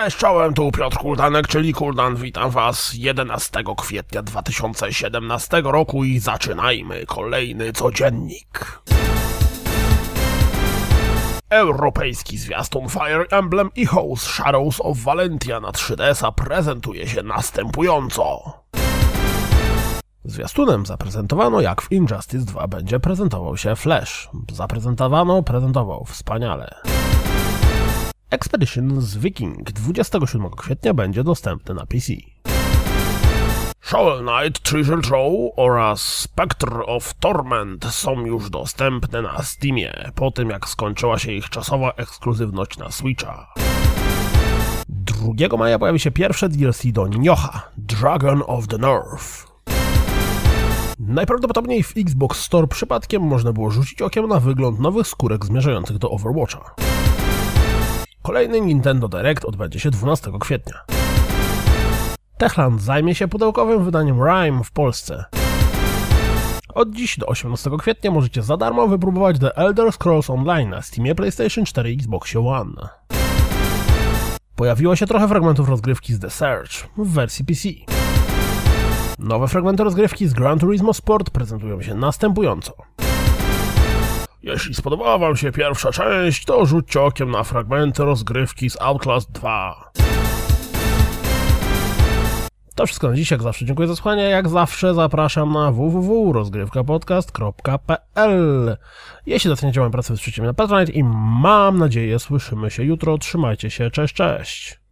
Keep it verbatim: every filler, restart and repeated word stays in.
Cześć, czołem, tu Piotr Kuldanek, czyli Kuldan. Witam was jedenastego kwietnia dwa tysiące siedemnastego roku i zaczynajmy kolejny codziennik. Europejski zwiastun Fire Emblem Echoes Shadows of Valentia na trzy D S a prezentuje się następująco. Zwiastunem zaprezentowano, jak w Injustice dwa będzie prezentował się Flash. Zaprezentowano, prezentował wspaniale. Expeditions Viking dwudziestego siódmego kwietnia będzie dostępny na P C. Shovel Knight Treasure Trove oraz Spectre of Torment są już dostępne na Steamie, po tym jak skończyła się ich czasowa ekskluzywność na Switcha. drugiego maja pojawi się pierwsze D L C do Nioha, Dragon of the North. Najprawdopodobniej w Xbox Store przypadkiem można było rzucić okiem na wygląd nowych skórek zmierzających do Overwatcha. Kolejny Nintendo Direct odbędzie się dwunastego kwietnia. Techland zajmie się pudełkowym wydaniem Rime w Polsce. Od dziś do osiemnastego kwietnia możecie za darmo wypróbować The Elder Scrolls Online na Steamie, PlayStation cztery i Xboxie One. Pojawiło się trochę fragmentów rozgrywki z The Search w wersji P C. Nowe fragmenty rozgrywki z Gran Turismo Sport prezentują się następująco. Jeśli spodobała wam się pierwsza część, to rzućcie okiem na fragmenty rozgrywki z Outlast dwa. To wszystko na dziś, jak zawsze dziękuję za słuchanie, jak zawsze zapraszam na w w w kropka rozgrywka podcast kropka p l. Jeśli doceniacie moją pracę, wystarczycie mnie na Patronite i mam nadzieję słyszymy się jutro, trzymajcie się, cześć, cześć!